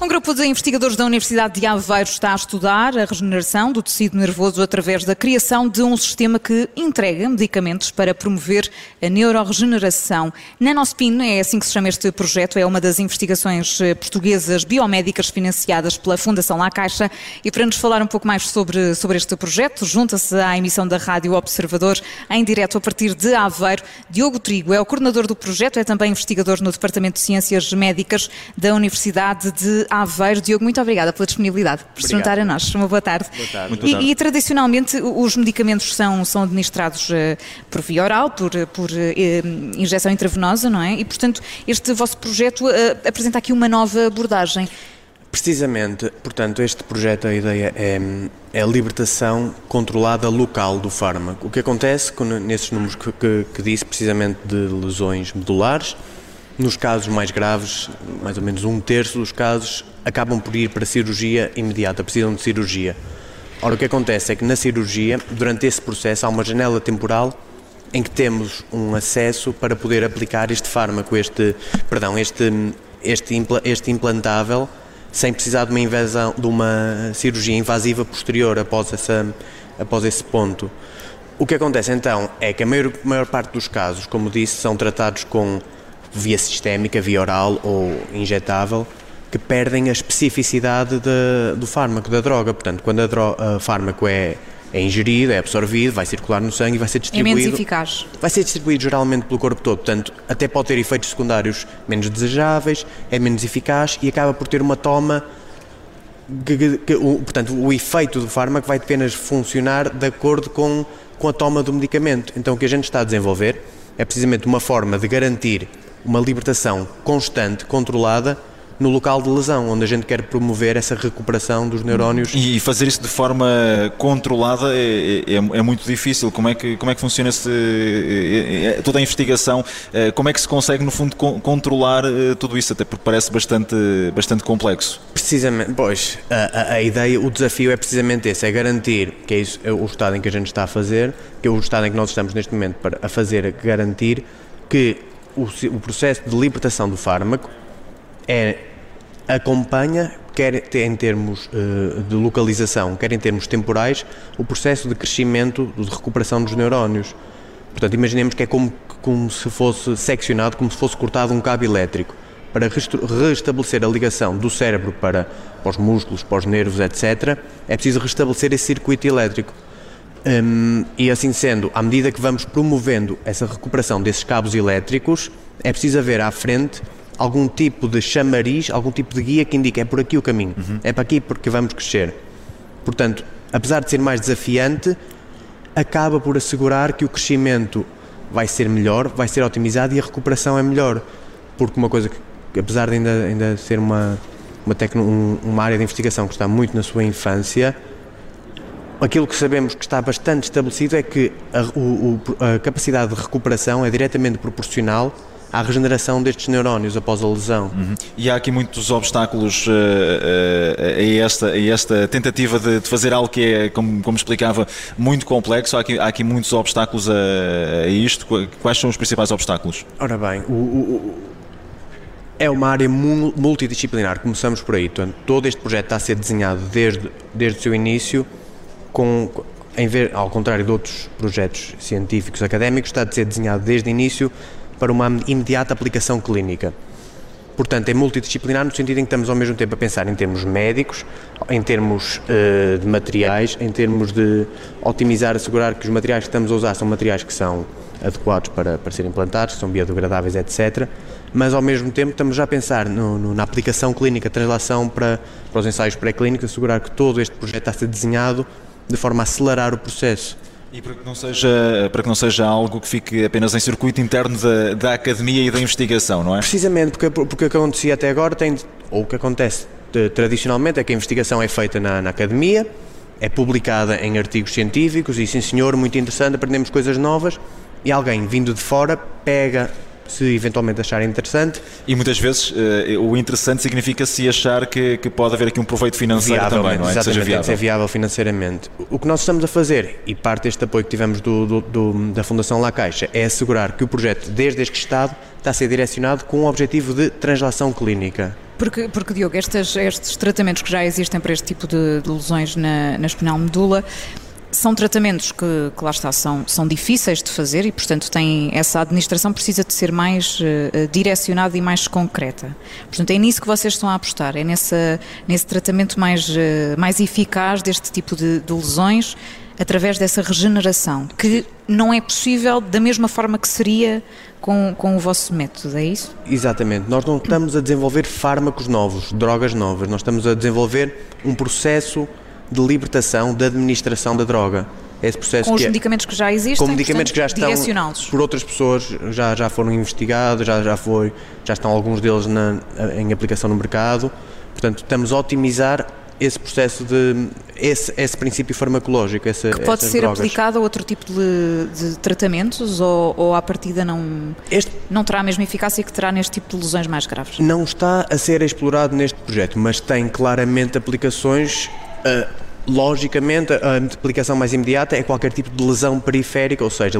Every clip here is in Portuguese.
Um grupo de investigadores da Universidade de Aveiro está a estudar a regeneração do tecido nervoso através da criação de um sistema que entrega medicamentos para promover a neuroregeneração. Nanospin, é assim que se chama este projeto, é uma das investigações portuguesas biomédicas financiadas pela Fundação La Caixa. E para nos falar um pouco mais sobre este projeto, junta-se à emissão da Rádio Observador em direto a partir de Aveiro, Diogo Trigo. É o coordenador do projeto, é também investigador no Departamento de Ciências Médicas da Universidade de Aveiro. Diogo, muito obrigada pela disponibilidade por se juntar a nós. Uma boa tarde. Boa tarde. Muito boa tarde. E tradicionalmente os medicamentos são administrados por via oral, por injeção intravenosa, não é? E, portanto, este vosso projeto apresenta aqui uma nova abordagem. Precisamente, portanto, este projeto, a ideia é a libertação controlada local do fármaco. O que acontece nesses números que disse, precisamente de lesões medulares, nos casos mais graves, mais ou menos 1/3 dos casos, acabam por ir para cirurgia imediata, precisam de cirurgia. Ora, o que acontece é que na cirurgia, durante esse processo, há uma janela temporal em que temos um acesso para poder aplicar este fármaco, este implantável, sem precisar de uma cirurgia invasiva posterior após esse ponto. O que acontece então é que a maior parte dos casos, como disse, são tratados com via sistémica, via oral ou injetável, que perdem a especificidade do fármaco, da droga. Portanto, quando o fármaco é ingerido, é absorvido, vai circular no sangue e vai ser distribuído. É menos eficaz. Vai ser distribuído geralmente pelo corpo todo, portanto, até pode ter efeitos secundários menos desejáveis, é menos eficaz e acaba por ter uma toma. Portanto, o efeito do fármaco vai apenas funcionar de acordo com a toma do medicamento. Então, o que a gente está a desenvolver é precisamente uma forma de garantir uma libertação constante, controlada, no local de lesão, onde a gente quer promover essa recuperação dos neurónios. E fazer isso de forma controlada é muito difícil. Como é que funciona toda a investigação? Como é que se consegue, no fundo, controlar tudo isso? Até porque parece bastante complexo. Precisamente, pois, a ideia, o desafio é precisamente esse, é garantir, que é o estado em que a gente está a fazer, que é o estado em que nós estamos neste momento a fazer, garantir que o processo de libertação do fármaco acompanha, quer em termos de localização, quer em termos temporais, o processo de crescimento, de recuperação dos neurónios. Portanto, imaginemos que é como se fosse seccionado, como se fosse cortado um cabo elétrico, para restabelecer a ligação do cérebro para os músculos, para os nervos, etc., é preciso restabelecer esse circuito elétrico. E assim sendo, à medida que vamos promovendo essa recuperação desses cabos elétricos, é preciso haver à frente algum tipo de chamariz, algum tipo de guia que indique é por aqui o caminho, é para aqui porque vamos crescer. Portanto, apesar de ser mais desafiante, acaba por assegurar que o crescimento vai ser melhor, vai ser otimizado e a recuperação é melhor. Porque uma coisa que apesar de ainda ser uma área de investigação que está muito na sua infância, aquilo que sabemos que está bastante estabelecido é que a capacidade de recuperação é diretamente proporcional à regeneração destes neurónios após a lesão. E há aqui muitos obstáculos a esta tentativa de fazer algo que é, como explicava, muito complexo. Há aqui muitos obstáculos a isto. Quais são os principais obstáculos? Ora bem, é uma área multidisciplinar, começamos por aí. Portanto, todo este projeto está a ser desenhado desde o seu início, ao contrário de outros projetos científicos académicos, está a ser desenhado desde o início para uma imediata aplicação clínica. Portanto, é multidisciplinar no sentido em que estamos ao mesmo tempo a pensar em termos médicos, em termos de materiais, em termos de otimizar, assegurar que os materiais que estamos a usar são materiais que são adequados para serem implantados, que são biodegradáveis, etc. Mas, ao mesmo tempo, estamos já a pensar na aplicação clínica, translação para os ensaios pré-clínicos, assegurar que todo este projeto está a ser desenhado de forma a acelerar o processo. E para que não seja algo que fique apenas em circuito interno da academia e da investigação, não é? Precisamente, porque o que acontecia até agora ou o que acontece tradicionalmente é que a investigação é feita na academia, é publicada em artigos científicos e, sim senhor, muito interessante, aprendemos coisas novas e alguém vindo de fora pega, se eventualmente achar interessante. E muitas vezes o interessante significa se achar que pode haver aqui um proveito financeiro viável, também, não é? Exatamente, que seja viável. É viável financeiramente. O que nós estamos a fazer, e parte deste apoio que tivemos da Fundação La Caixa, é assegurar que o projeto, desde este estado, está a ser direcionado com o objetivo de translação clínica. Porque Diogo, estes tratamentos que já existem para este tipo de lesões na espinal medula são tratamentos que lá está, são difíceis de fazer e, portanto, essa administração precisa de ser mais direcionada e mais concreta. Portanto, é nisso que vocês estão a apostar, é nesse tratamento mais eficaz deste tipo de lesões, através dessa regeneração, que não é possível da mesma forma que seria com o vosso método, é isso? Exatamente. Nós não estamos a desenvolver fármacos novos, drogas novas, nós estamos a desenvolver um processo de libertação, de administração da droga. Esse processo com os medicamentos que já existem, com medicamentos que já estão por outras pessoas, já foram investigados, já estão alguns deles em aplicação no mercado. Portanto, estamos a otimizar esse processo esse princípio farmacológico, que pode ser drogas. Aplicado a outro tipo de tratamentos ou à partida não terá a mesma eficácia que terá neste tipo de lesões mais graves? Não está a ser explorado neste projeto, mas tem claramente aplicações. Logicamente, a aplicação mais imediata é qualquer tipo de lesão periférica, ou seja,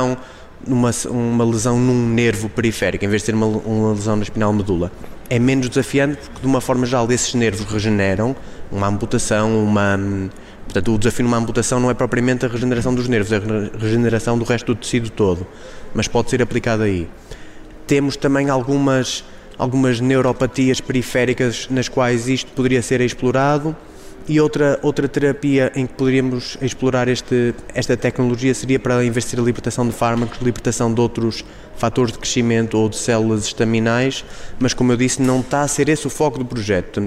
uma lesão num nervo periférico, em vez de ser uma lesão na espinal medula. É menos desafiante porque, de uma forma geral, esses nervos regeneram. Uma amputação, portanto, o desafio numa amputação não é propriamente a regeneração dos nervos, é a regeneração do resto do tecido todo, mas pode ser aplicado aí. Temos também algumas neuropatias periféricas nas quais isto poderia ser explorado. E outra terapia em que poderíamos explorar esta tecnologia seria para, em vez de ser a libertação de fármacos, libertação de outros fatores de crescimento ou de células estaminais, mas, como eu disse, não está a ser esse o foco do projeto.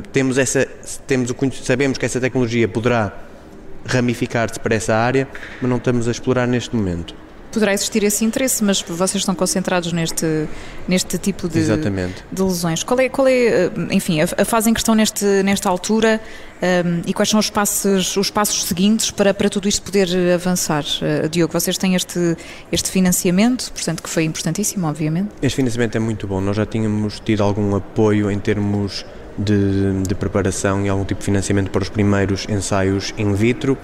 Sabemos que essa tecnologia poderá ramificar-se para essa área, mas não estamos a explorar neste momento. Poderá existir esse interesse, mas vocês estão concentrados neste tipo de lesões. Qual é, enfim, a fase em que estão nesta altura e quais são os passos seguintes para tudo isto poder avançar? Diogo, vocês têm este financiamento, portanto, que foi importantíssimo, obviamente. Este financiamento é muito bom. Nós já tínhamos tido algum apoio em termos de preparação e algum tipo de financiamento para os primeiros ensaios in vitro,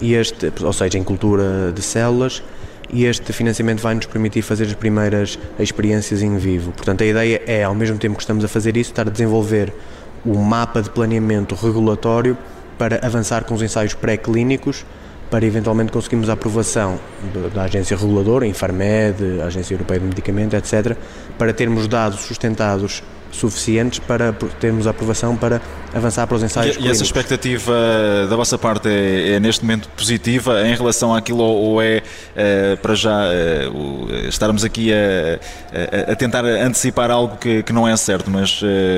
ou seja, em cultura de células. E este financiamento vai nos permitir fazer as primeiras experiências em vivo. Portanto, a ideia é, ao mesmo tempo que estamos a fazer isso, estar a desenvolver o mapa de planeamento regulatório para avançar com os ensaios pré-clínicos, para eventualmente conseguirmos a aprovação da agência reguladora, Infarmed, a Agência Europeia de Medicamento, etc., para termos dados sustentados suficientes para termos a aprovação para avançar para os ensaios clínicos. E essa expectativa da vossa parte é neste momento positiva em relação àquilo, ou é para já estarmos aqui a tentar antecipar algo que não é certo, mas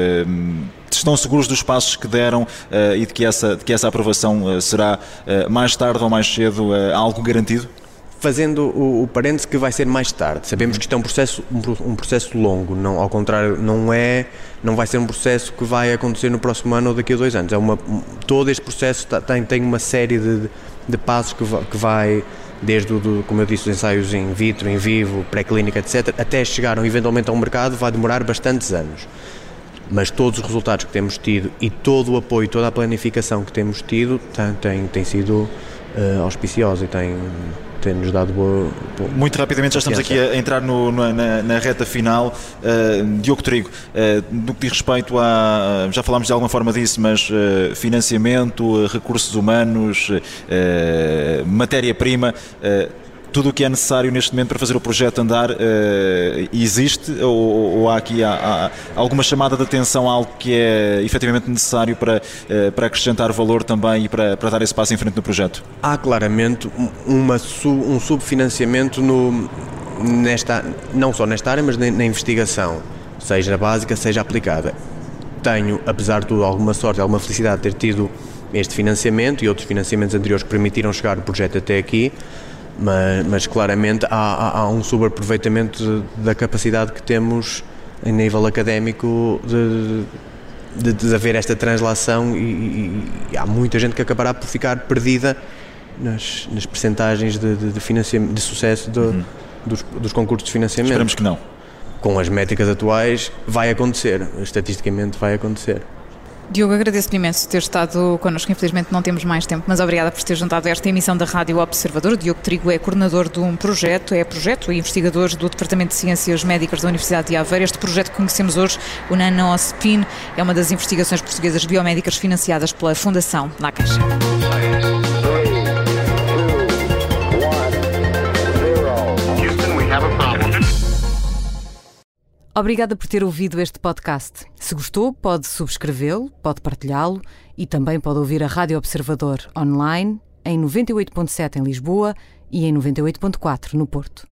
estão seguros dos passos que deram e de que essa aprovação será mais tarde ou mais cedo algo garantido? Fazendo o parênteses que vai ser mais tarde. Sabemos que isto é um processo longo, não, ao contrário, não vai ser um processo que vai acontecer no próximo ano ou daqui a 2 anos. Todo este processo tem uma série de passos que vai desde, como eu disse, os ensaios in vitro, in vivo, pré-clínica, etc., até chegar eventualmente ao mercado, vai demorar bastantes anos. Mas todos os resultados que temos tido e todo o apoio, toda a planificação que temos tido tem sido auspiciosa e tem-nos dado boa. Muito rapidamente, já estamos aqui a entrar na reta final. Diogo Trigo, no que diz respeito já falámos de alguma forma disso, mas financiamento, recursos humanos, matéria-prima, tudo o que é necessário neste momento para fazer o projeto andar existe, ou há aqui alguma chamada de atenção a algo que é efetivamente necessário para acrescentar valor também e para dar esse passo em frente no projeto? Há claramente um subfinanciamento não só nesta área, mas na investigação, seja básica, seja aplicada. Tenho, apesar de tudo, alguma sorte, alguma felicidade de ter tido este financiamento e outros financiamentos anteriores que permitiram chegar o projeto até aqui. Mas claramente há um subaproveitamento da capacidade que temos em nível académico de haver esta translação e há muita gente que acabará por ficar perdida nas percentagens de financiamento, de sucesso dos concursos de financiamento. Esperamos que não. Com as métricas atuais vai acontecer, estatisticamente vai acontecer. Diogo, agradeço-lhe imenso ter estado connosco. Infelizmente não temos mais tempo, mas obrigada por ter juntado a esta emissão da Rádio Observador. Diogo Trigo é coordenador de um projeto e investigador do Departamento de Ciências Médicas da Universidade de Aveiro. Este projeto que conhecemos hoje, o NanoSpin, é uma das investigações portuguesas biomédicas financiadas pela Fundação La Caixa. Obrigada por ter ouvido este podcast. Se gostou, pode subscrevê-lo, pode partilhá-lo e também pode ouvir a Rádio Observador online em 98.7 em Lisboa e em 98.4 no Porto.